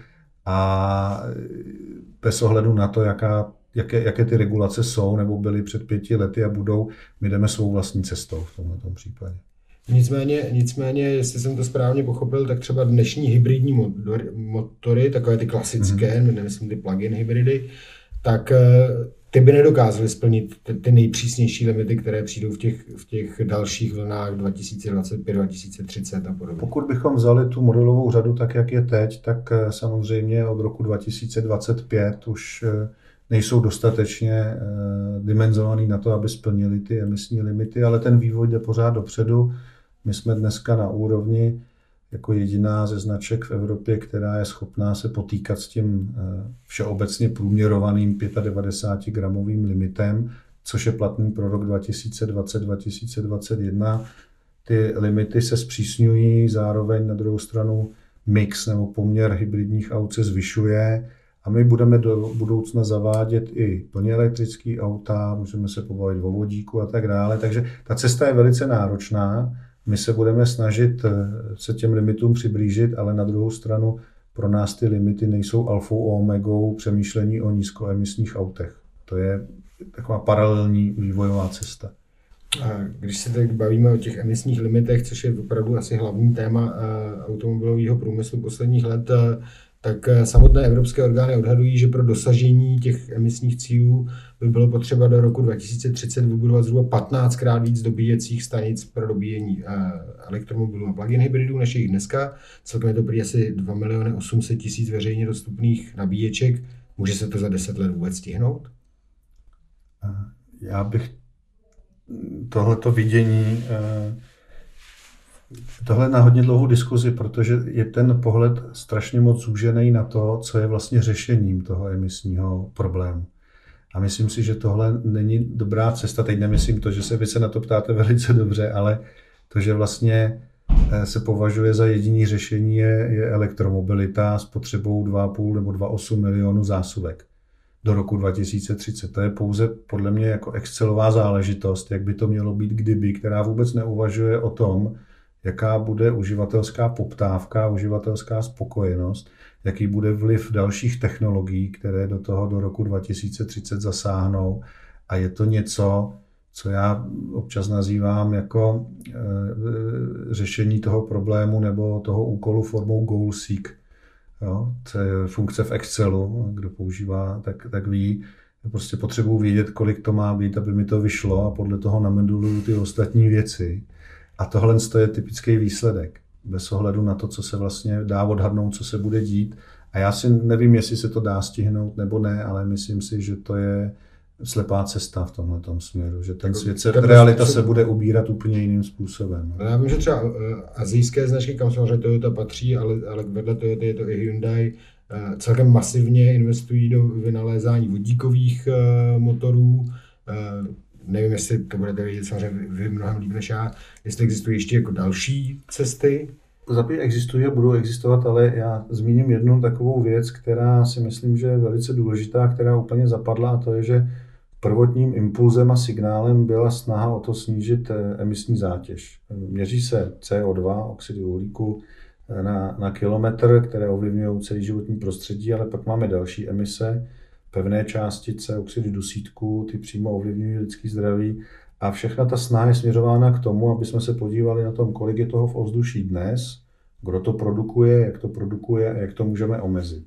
C: a bez ohledu na to, jaká, jaké, jaké ty regulace jsou nebo byly před pěti lety a budou, my jdeme svou vlastní cestou v tomto případě.
B: Nicméně, nicméně, jestli jsem to správně pochopil, tak třeba dnešní hybridní motory, motory takové ty klasické, mm-hmm. nemyslím ty plug-in hybridy, tak ty by nedokázaly splnit ty, ty nejpřísnější limity, které přijdou v těch, v těch dalších vlnách dva tisíce dvacet pět, dva tisíce třicet a podobně.
C: Pokud bychom vzali tu modelovou řadu tak, jak je teď, tak samozřejmě od roku dva tisíce dvacet pět už nejsou dostatečně dimenzovaný na to, aby splnili ty emisní limity, ale ten vývoj jde pořád dopředu. My jsme dneska na úrovni jako jediná ze značek v Evropě, která je schopná se potýkat s tím všeobecně průměrovaným devadesát pět gramovým limitem, což je platný pro rok dva tisíce dvacet až dva tisíce dvacet jedna. Ty limity se zpřísňují, zároveň na druhou stranu mix nebo poměr hybridních aut se zvyšuje a my budeme do budoucna zavádět i plně elektrické auta, můžeme se pobavit o vodíku a tak dále, takže ta cesta je velice náročná. My se budeme snažit se těm limitům přiblížit, ale na druhou stranu pro nás ty limity nejsou alfou a omegou přemýšlení o nízkoemisních autech. To je taková paralelní vývojová cesta.
B: Když se teď bavíme o těch emisních limitech, což je opravdu asi hlavní téma automobilového průmyslu posledních let, tak samotné evropské orgány odhadují, že pro dosažení těch emisních cílů by bylo potřeba do roku dva tisíce třicet vybudovat zhruba patnáctkrát víc dobíjecích stanic pro dobíjení elektromobilů a plug-in hybridů než jich dneska. Celkem je to prý asi dva miliony osm set tisíc veřejně dostupných nabíječek. Může se to za deset let vůbec stihnout?
C: Já bych tohleto vidění, tohle na hodně dlouhou diskuzi, protože je ten pohled strašně moc zúžený na to, co je vlastně řešením toho emisního problému. A myslím si, že tohle není dobrá cesta. Teď nemyslím to, že se vy se na to ptáte velice dobře, ale to, že vlastně se považuje za jediný řešení je, je elektromobilita s potřebou dva a půl nebo dva celá osm milionu zásuvek do roku dva tisíce třicet. To je pouze podle mě jako excelová záležitost, jak by to mělo být kdyby, která vůbec neuvažuje o tom, jaká bude uživatelská poptávka, uživatelská spokojenost, jaký bude vliv dalších technologií, které do toho do roku dva tisíce třicet zasáhnou. A je to něco, co já občas nazývám jako e, řešení toho problému nebo toho úkolu formou goal seek. Jo, to je funkce v Excelu, kdo používá, tak, tak ví. Prostě potřebuji vědět, kolik to má být, aby mi to vyšlo a podle toho namoduluju ty ostatní věci. A tohle je typický výsledek. Bez ohledu na to, co se vlastně dá odhadnout, co se bude dít. A já si nevím, jestli se to dá stihnout nebo ne, ale myslím si, že to je slepá cesta v tomhletom směru, že ten svět se, realita se bude ubírat úplně jiným způsobem.
B: Já vím, že třeba uh, asijské značky, kam samozřejmě Toyota patří, ale, ale vedle Toyota je to i Hyundai, uh, celkem masivně investují do vynalézání vodíkových uh, motorů. Uh, nevím, jestli to budete vědět samozřejmě vy mnohem líp než já, jestli existují ještě jako další cesty.
C: Zapí existují a budou existovat, ale já zmíním jednu takovou věc, která si myslím, že je velice důležitá, která úplně zapadla, a to je, že prvotním impulzem a signálem byla snaha o to snížit emisní zátěž. Měří se C O dva, oxidy uhlíku, na, na kilometr, které ovlivňují celý životní prostředí, ale pak máme další emise, pevné částice, oxidy dusítku, ty přímo ovlivňují lidský zdraví. A všechna ta snaha je směřována k tomu, aby jsme se podívali na tom, kolik je toho v ovzduší dnes, kdo to produkuje, jak to produkuje a jak to můžeme omezit.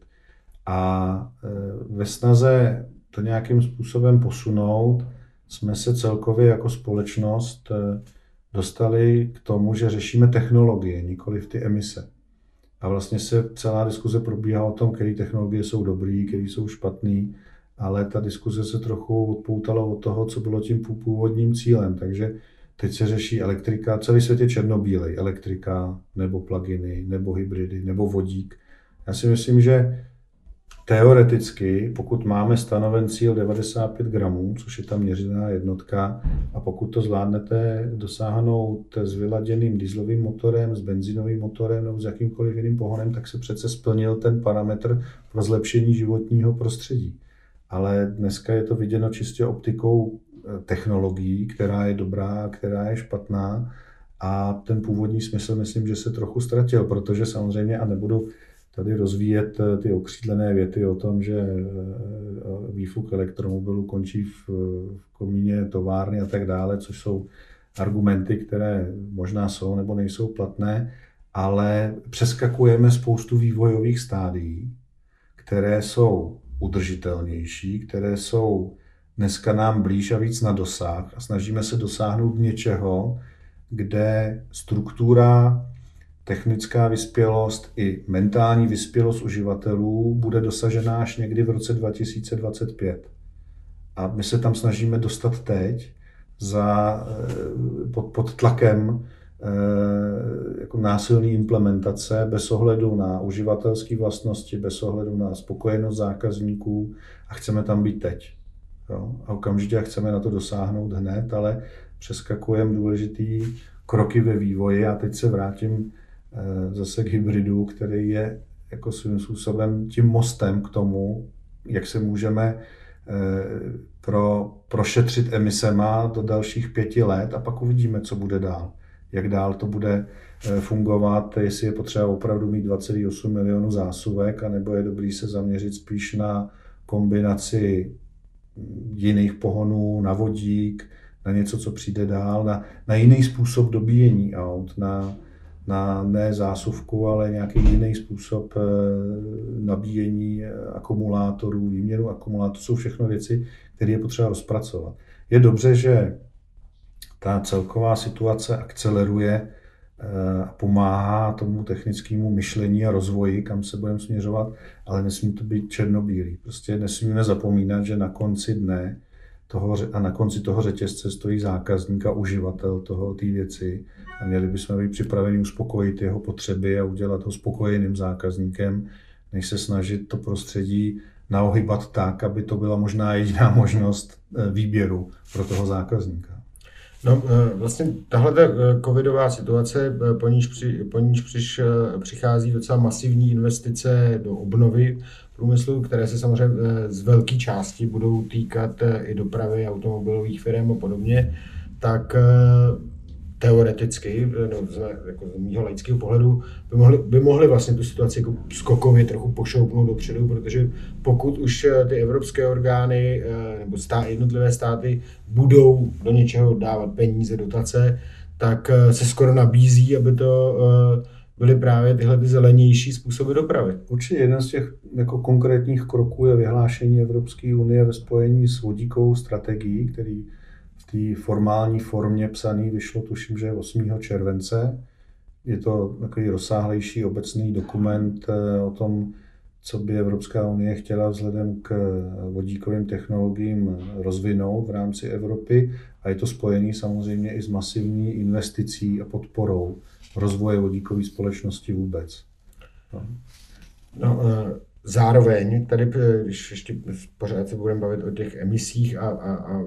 C: A ve snaze to nějakým způsobem posunout, jsme se celkově jako společnost dostali k tomu, že řešíme technologie, nikoliv ty emise. A vlastně se celá diskuze probíhá o tom, které technologie jsou dobré, které jsou špatné, ale ta diskuze se trochu odpoutala od toho, co bylo tím původním cílem. Takže teď se řeší elektrika, celý svět je černobílej, elektrika, nebo pluginy, nebo hybridy, nebo vodík. Já si myslím, že teoreticky, pokud máme stanoven cíl devadesát pět gramů, což je ta měřená jednotka, a pokud to zvládnete dosáhnout s vyladěným dieselovým motorem, s benzínovým motorem nebo s jakýmkoliv jiným pohonem, tak se přece splnil ten parametr pro zlepšení životního prostředí. Ale dneska je to viděno čistě optikou technologií, která je dobrá, která je špatná, a ten původní smysl myslím, že se trochu ztratil, protože samozřejmě, a nebudu tady rozvíjet ty okřídlené věty o tom, že výfuk elektromobilu končí v, v komíně továrny a tak dále, což jsou argumenty, které možná jsou nebo nejsou platné, ale přeskakujeme spoustu vývojových stádií, které jsou udržitelnější, které jsou dneska nám blíž a víc na dosah, a snažíme se dosáhnout něčeho, kde struktura, technická vyspělost i mentální vyspělost uživatelů bude dosažena až někdy v roce dva tisíce dvacet pět. A my se tam snažíme dostat teď za, pod, pod tlakem jako násilné implementace, bez ohledu na uživatelské vlastnosti, bez ohledu na spokojenost zákazníků, a chceme tam být teď. Jo? A okamžitě chceme na to dosáhnout hned, ale přeskakujeme důležitý kroky ve vývoji, a teď se vrátím zase k hybridu, který je jako svým způsobem tím mostem k tomu, jak se můžeme pro, prošetřit emisema do dalších pěti let, a pak uvidíme, co bude dál. Jak dál to bude fungovat, jestli je potřeba opravdu mít dva celá osm milionu zásuvek, anebo je dobrý se zaměřit spíš na kombinaci jiných pohonů, na vodík, na něco, co přijde dál, na, na jiný způsob dobíjení aut, na, na ne zásuvku, ale nějaký jiný způsob e, nabíjení akumulátorů, výměnu akumulátorů, jsou všechno věci, které je potřeba rozpracovat. Je dobře, že ta celková situace akceleruje a pomáhá tomu technickému myšlení a rozvoji, kam se budeme směřovat, ale nesmí to být černobílý. Prostě nesmíme zapomínat, že na konci dne toho, a na konci toho řetězce stojí zákazník a uživatel toho té věci a měli bychom být připraveni uspokojit jeho potřeby a udělat ho spokojeným zákazníkem, než se snažit to prostředí naohybat tak, aby to byla možná jediná možnost výběru pro toho zákazníka.
B: No, vlastně tahle covidová situace, po níž, při, po níž přiš, přichází docela masivní investice do obnovy průmyslu, které se samozřejmě z velké části budou týkat i dopravy, automobilových firm a podobně, tak teoreticky, no, z, jako z mýho laického pohledu, by mohli, by mohli vlastně tu situaci jako skokově trochu pošoupnout dopředu, protože pokud už ty evropské orgány nebo stát, jednotlivé státy budou do něčeho dávat peníze, dotace, tak se skoro nabízí, aby to byly právě tyhle ty zelenější způsoby dopravy.
C: Určitě jeden z těch jako konkrétních kroků je vyhlášení Evropské unie ve spojení s vodíkovou strategií, který v té formální formě psaný vyšlo, tuším, že osmého července. Je to takový rozsáhlejší obecný dokument o tom, co by Evropská unie chtěla vzhledem k vodíkovým technologiím rozvinout v rámci Evropy a je to spojený samozřejmě i s masivní investicí a podporou rozvoje vodíkové společnosti vůbec. No.
B: No, zároveň, tady, když ještě pořád se budeme bavit o těch emisích a, a, a,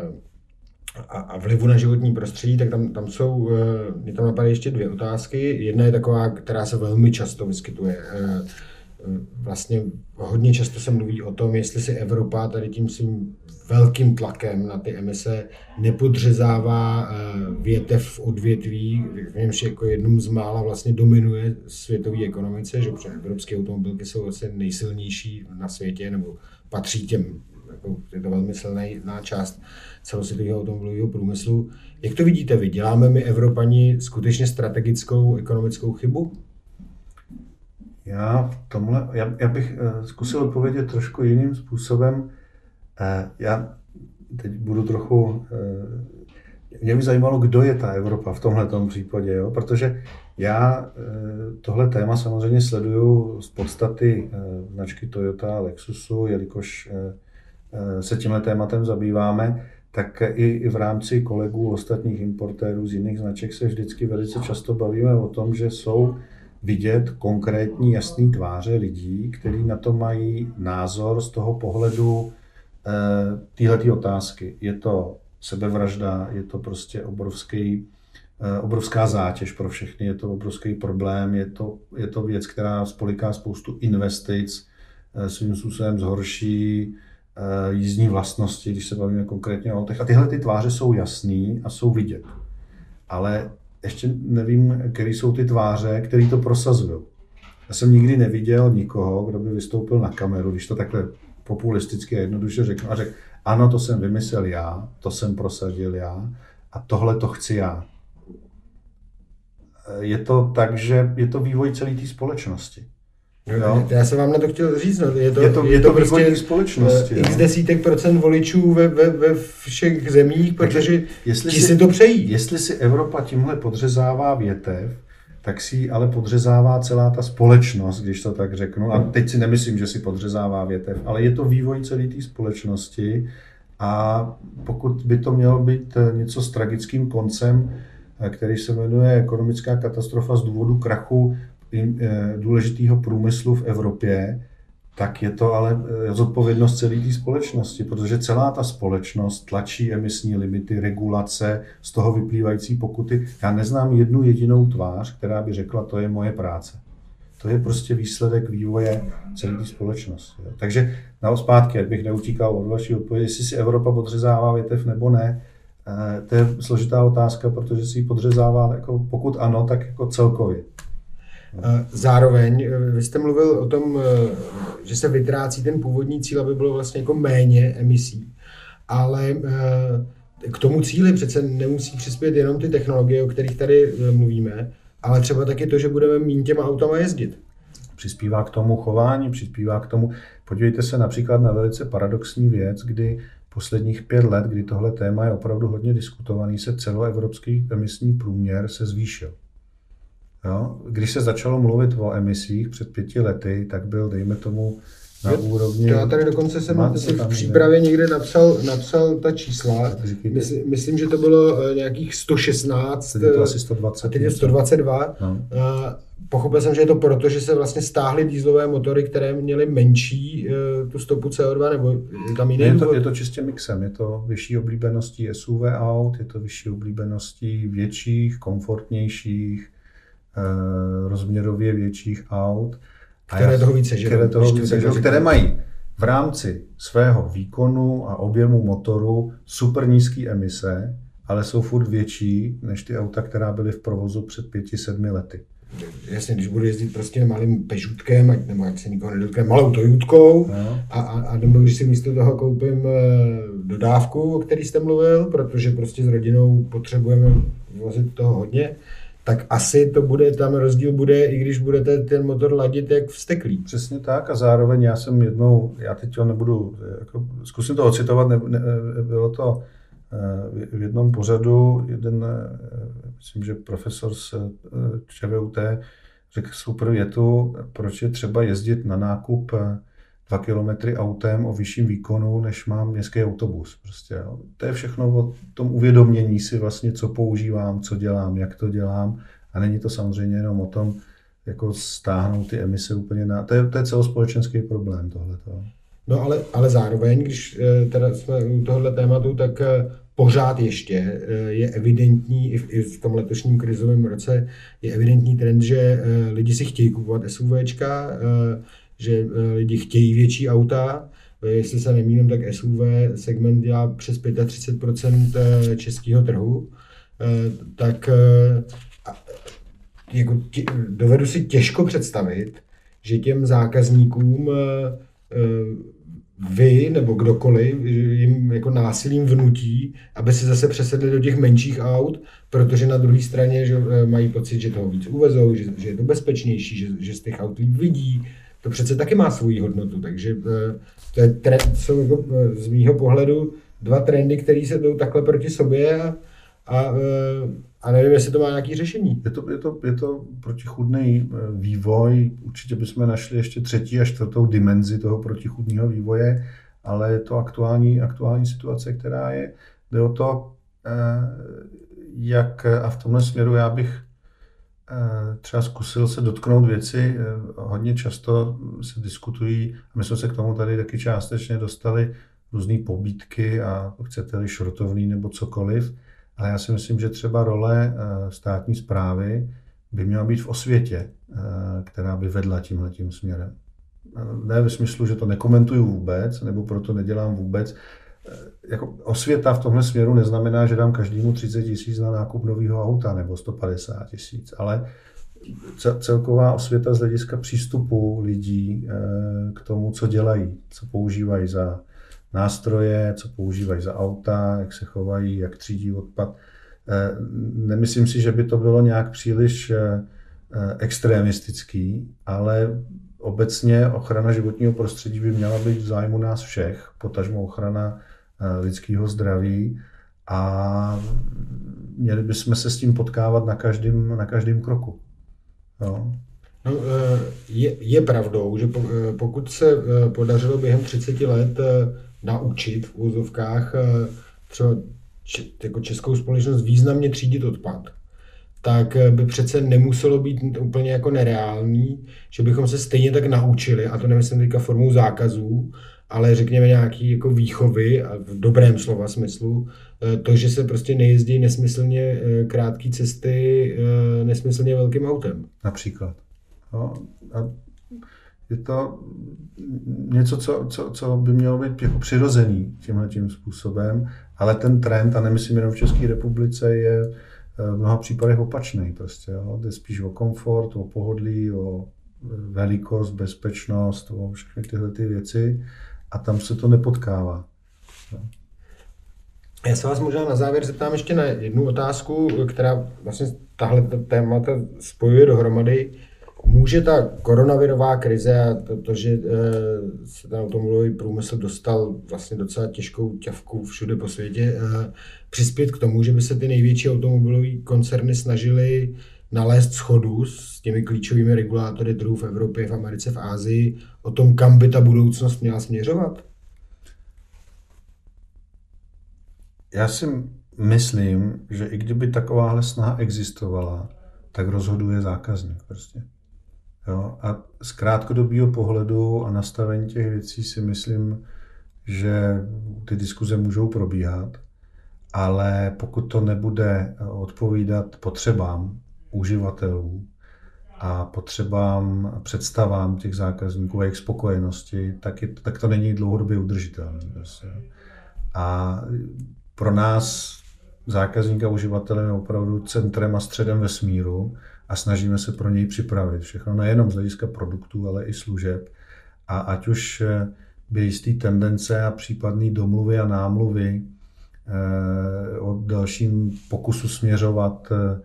B: a, a vlivu na životní prostředí, tak tam, tam jsou, mě tam napadají ještě dvě otázky. Jedna je taková, která se velmi často vyskytuje. Vlastně hodně často se mluví o tom, jestli si Evropa tady tím svým velkým tlakem na ty emise nepodřezává větev v odvětví, v němž jako jednou z mála vlastně dominuje světové ekonomice, že protože evropské automobilky jsou vlastně nejsilnější na světě, nebo patří těm, jako je to velmi silná část celosvětového automobilového průmyslu. Jak to vidíte vy? Děláme my Evropani skutečně strategickou ekonomickou chybu?
C: Já, v tomhle, já, já bych uh, zkusil odpovědět trošku jiným způsobem. Uh, já teď budu trochu... Uh, mě by zajímalo, kdo je ta Evropa v tomhletom případě, jo? Protože já uh, tohle téma samozřejmě sleduju z podstaty uh, značky Toyota a Lexusu, jelikož uh, uh, se tímhle tématem zabýváme, tak i, i v rámci kolegů ostatních importérů z jiných značek se vždycky velice často bavíme o tom, že jsou vidět konkrétní jasný tváře lidí, kteří na to mají názor z toho pohledu e, téhletý otázky. Je to sebevražda, je to prostě obrovský, e, obrovská zátěž pro všechny, je to obrovský problém, je to, je to věc, která spoliká spoustu investic, e, svým způsobem zhorší e, jízdní vlastnosti, když se bavíme konkrétně o autech. A tyhle ty tváře jsou jasný a jsou vidět. Ale ještě nevím, který jsou ty tváře, který to prosazují. Já jsem nikdy neviděl nikoho, kdo by vystoupil na kameru, když to takhle populisticky a jednoduše řeknu a řekl, ano, to jsem vymyslel já, to jsem prosadil já a tohle to chci já. Je to tak, že je to vývoj celé té společnosti.
B: Jo? Já jsem vám na to chtěl říct, no. je to,
C: je to,
B: je
C: je
B: to
C: to
B: prostě
C: společnosti,
B: x desítek procent voličů ve, ve, ve všech zemích, protože
C: jestli
B: ti
C: si,
B: si to přejí.
C: Jestli si Evropa tímhle podřezává větev, tak si ale podřezává celá ta společnost, když to tak řeknu. A teď si nemyslím, že si podřezává větev, ale je to vývoj celé té společnosti a pokud by to mělo být něco s tragickým koncem, který se jmenuje ekonomická katastrofa z důvodu krachu důležitého průmyslu v Evropě, tak je to ale zodpovědnost celé té společnosti, protože celá ta společnost tlačí emisní limity, regulace, z toho vyplývající pokuty. Já neznám jednu jedinou tvář, která by řekla, to je moje práce. To je prostě výsledek vývoje celé té společnosti. Takže na zpátky, ať bych neutíkal od vaší odpovědi, jestli si Evropa podřezává větev nebo ne, to je složitá otázka, protože si ji podřezává, jako pokud ano, tak jako celkově.
B: Zároveň, vy jste mluvil o tom, že se vytrácí ten původní cíl, aby bylo vlastně jako méně emisí, ale k tomu cíli přece nemusí přispět jenom ty technologie, o kterých tady mluvíme, ale třeba taky to, že budeme méně těma autama jezdit.
C: Přispívá k tomu chování, přispívá k tomu. Podívejte se například na velice paradoxní věc, kdy posledních pět let, kdy tohle téma je opravdu hodně diskutovaný, se celoevropský emisní průměr se zvýšil. Jo? Když se začalo mluvit o emisích před pěti lety, tak byl, dejme tomu, na úrovni...
B: Já tady dokonce jsem si v přípravě někde napsal, napsal ta čísla. Mysl, myslím, že to bylo nějakých sto šestnáct.
C: Teď je to asi sto dvacet.
B: A teď je sto dvacet dva. No. Pochopil jsem, že je to proto, že se vlastně stáhly dieselové motory, které měly menší tu stopu C O dva, nebo je tam jiný
C: je to, je to čistě mixem. Je to vyšší oblíbeností S U V aut, je to vyšší oblíbeností větších, komfortnějších, rozměrově větších aut.
B: Které toho více, že?
C: Které, toho více, že? Které mají v rámci svého výkonu a objemu motoru super nízké emise, ale jsou furt větší než ty auta, která byly v provozu před pěti, sedmi lety.
B: Jasně, když budu jezdit prostě malým Peugeotkem, nebo jak se nikoho nedotkne, malou Toyotkou, no. a, a, a nebo když si místo toho koupím dodávku, o který jste mluvil, protože prostě s rodinou potřebujeme vozit toho hodně, tak asi to bude, tam rozdíl bude, i když budete ten motor ladit jak vzteklý.
C: Přesně tak a zároveň já jsem jednou, já teď ho nebudu, jako, zkusím to ocitovat, ne, ne, bylo to v jednom pořadu, jeden, myslím, že profesor z ČVUT řekl super větu, proč je třeba jezdit na nákup dva kilometry autem o vyšším výkonu, než mám městský autobus. Prostě, jo. To je všechno o tom uvědomění si vlastně, co používám, co dělám, jak to dělám. A není to samozřejmě jenom o tom, jako stáhnout ty emise úplně na... To je, to je celospolečenský problém tohleto.
B: No ale, ale zároveň, když teda jsme u tohohle tématu, tak pořád ještě je evidentní, i v tom letošním krizovém roce, je evidentní trend, že lidi si chtějí kupovat SUVčka, že lidi chtějí větší auta. Jestli se nemýlím, tak S U V segment dělá přes třicet pět procent českého trhu. Tak jako tě, dovedu si těžko představit, že těm zákazníkům vy nebo kdokoliv jim jako násilím vnutí, aby se zase přesedli do těch menších aut, protože na druhé straně že mají pocit, že toho víc uvezou, že, že je to bezpečnější, že, že z těch aut líp vidí. To přece taky má svoji hodnotu, takže to je trend, jsou jako z mýho pohledu dva trendy, které se jdou takhle proti sobě a, a, a nevím, jestli to má nějaké řešení.
C: Je to, je to, je to protichůdný vývoj, určitě bychom našli ještě třetí a čtvrtou dimenzi toho protichůdného vývoje, ale je to aktuální, aktuální situace, která je, jde o to, jak a v tomhle směru já bych třeba zkusil se dotknout věci, hodně často se diskutují, a my jsme se k tomu tady taky částečně dostali, různé pobídky a chcete-li šrotovný nebo cokoliv, ale já si myslím, že třeba role státní správy by měla být v osvětě, která by vedla tímhletím směrem. Ne ve smyslu, že to nekomentuju vůbec, nebo proto nedělám vůbec. Jako osvěta v tomhle směru neznamená, že dám každému třicet tisíc na nákup nového auta nebo sto padesát tisíc, ale celková osvěta z hlediska přístupu lidí k tomu, co dělají, co používají za nástroje, co používají za auta, jak se chovají, jak třídí odpad. Nemyslím si, že by to bylo nějak příliš extremistický, ale obecně ochrana životního prostředí by měla být v zájmu nás všech, potažmo ochrana lidského zdraví a měli bychom se s tím potkávat na každém, na každém kroku. Jo.
B: No, je, je pravdou, že pokud se podařilo během třiceti let naučit v úzovkách třeba jako českou společnost významně třídit odpad, tak by přece nemuselo být úplně jako nereálný, že bychom se stejně tak naučili, a to nemyslím teďka formou zákazů, ale řekněme nějaký jako výchovy a v dobrém slova smyslu, to, že se prostě nejezdí nesmyslně krátké cesty nesmyslně velkým autem.
C: Například. No, a je to něco, co, co, co by mělo být jako přirozený tímhletím způsobem, ale ten trend, a nemyslím jenom v České republice, je v mnoha případech opačný. Prostě, jo. Jde spíš o komfort, o pohodlí, o velikost, bezpečnost, o všechny tyhle ty věci a tam se to nepotkává. Jo.
B: Já se vás možná na závěr zeptám ještě na jednu otázku, která vlastně tahle témata spojuje dohromady. Může ta koronavirová krize a to, to že e, se ten automobilový průmysl dostal vlastně docela těžkou ťavku všude po světě, e, přispět k tomu, že by se ty největší automobilové koncerny snažily nalézt shodu s těmi klíčovými regulátory trhů v Evropě, v Americe, v Asii o tom, kam by ta budoucnost měla směřovat?
C: Já si myslím, že i kdyby takováhle snaha existovala, tak rozhoduje zákazník prostě. Jo? A z krátkodobého pohledu a nastavení těch věcí si myslím, že ty diskuze můžou probíhat, ale pokud to nebude odpovídat potřebám uživatelů a potřebám a představám těch zákazníků a jejich spokojenosti, tak, je, tak to není dlouhodobě udržitelné. Prostě. A pro nás zákazníka uživatele je opravdu centrem a středem vesmíru a snažíme se pro něj připravit všechno, nejenom z hlediska produktů, ale i služeb. A ať už by jistý tendence a případné domluvy a námluvy eh, o dalším pokusu směřovat eh,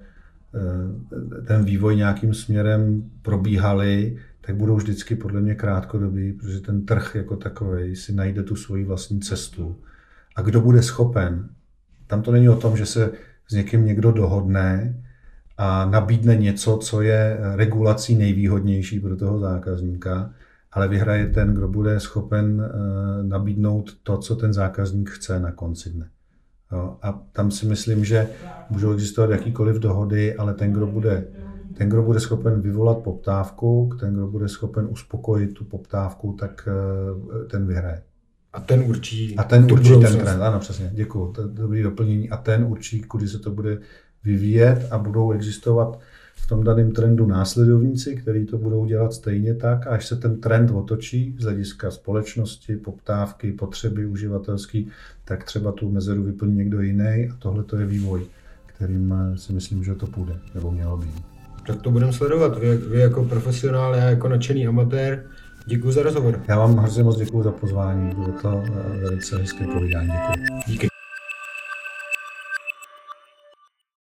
C: ten vývoj nějakým směrem probíhaly, tak budou vždycky podle mě krátkodobý, protože ten trh jako takový si najde tu svoji vlastní cestu. A kdo bude schopen, tam to není o tom, že se s někým někdo dohodne a nabídne něco, co je regulací nejvýhodnější pro toho zákazníka, ale vyhraje ten, kdo bude schopen nabídnout to, co ten zákazník chce na konci dne. Jo, a tam si myslím, že můžou existovat jakýkoliv dohody, ale ten, kdo bude, ten, kdo bude schopen vyvolat poptávku, ten, kdo bude schopen uspokojit tu poptávku, tak ten vyhraje.
B: A ten určí,
C: a ten určí ten trend. Ano, přesně, děkuju. To je dobrý doplnění. A ten určí, kudy se to bude vyvíjet a budou existovat v tom daném trendu následovníci, kteří to budou dělat stejně tak, a až se ten trend otočí z hlediska společnosti, poptávky, potřeby uživatelský, tak třeba tu mezeru vyplní někdo jiný a tohle to je vývoj, kterým si myslím, že to půjde, nebo mělo být.
B: Tak to budeme sledovat. Vy, vy jako profesionál, já jako nadšený amatér. Děkuji za rozhovor.
C: Já vám hrozně moc děkuji za pozvání, bylo to velice hezké povídání. Děkuji.
B: Díky.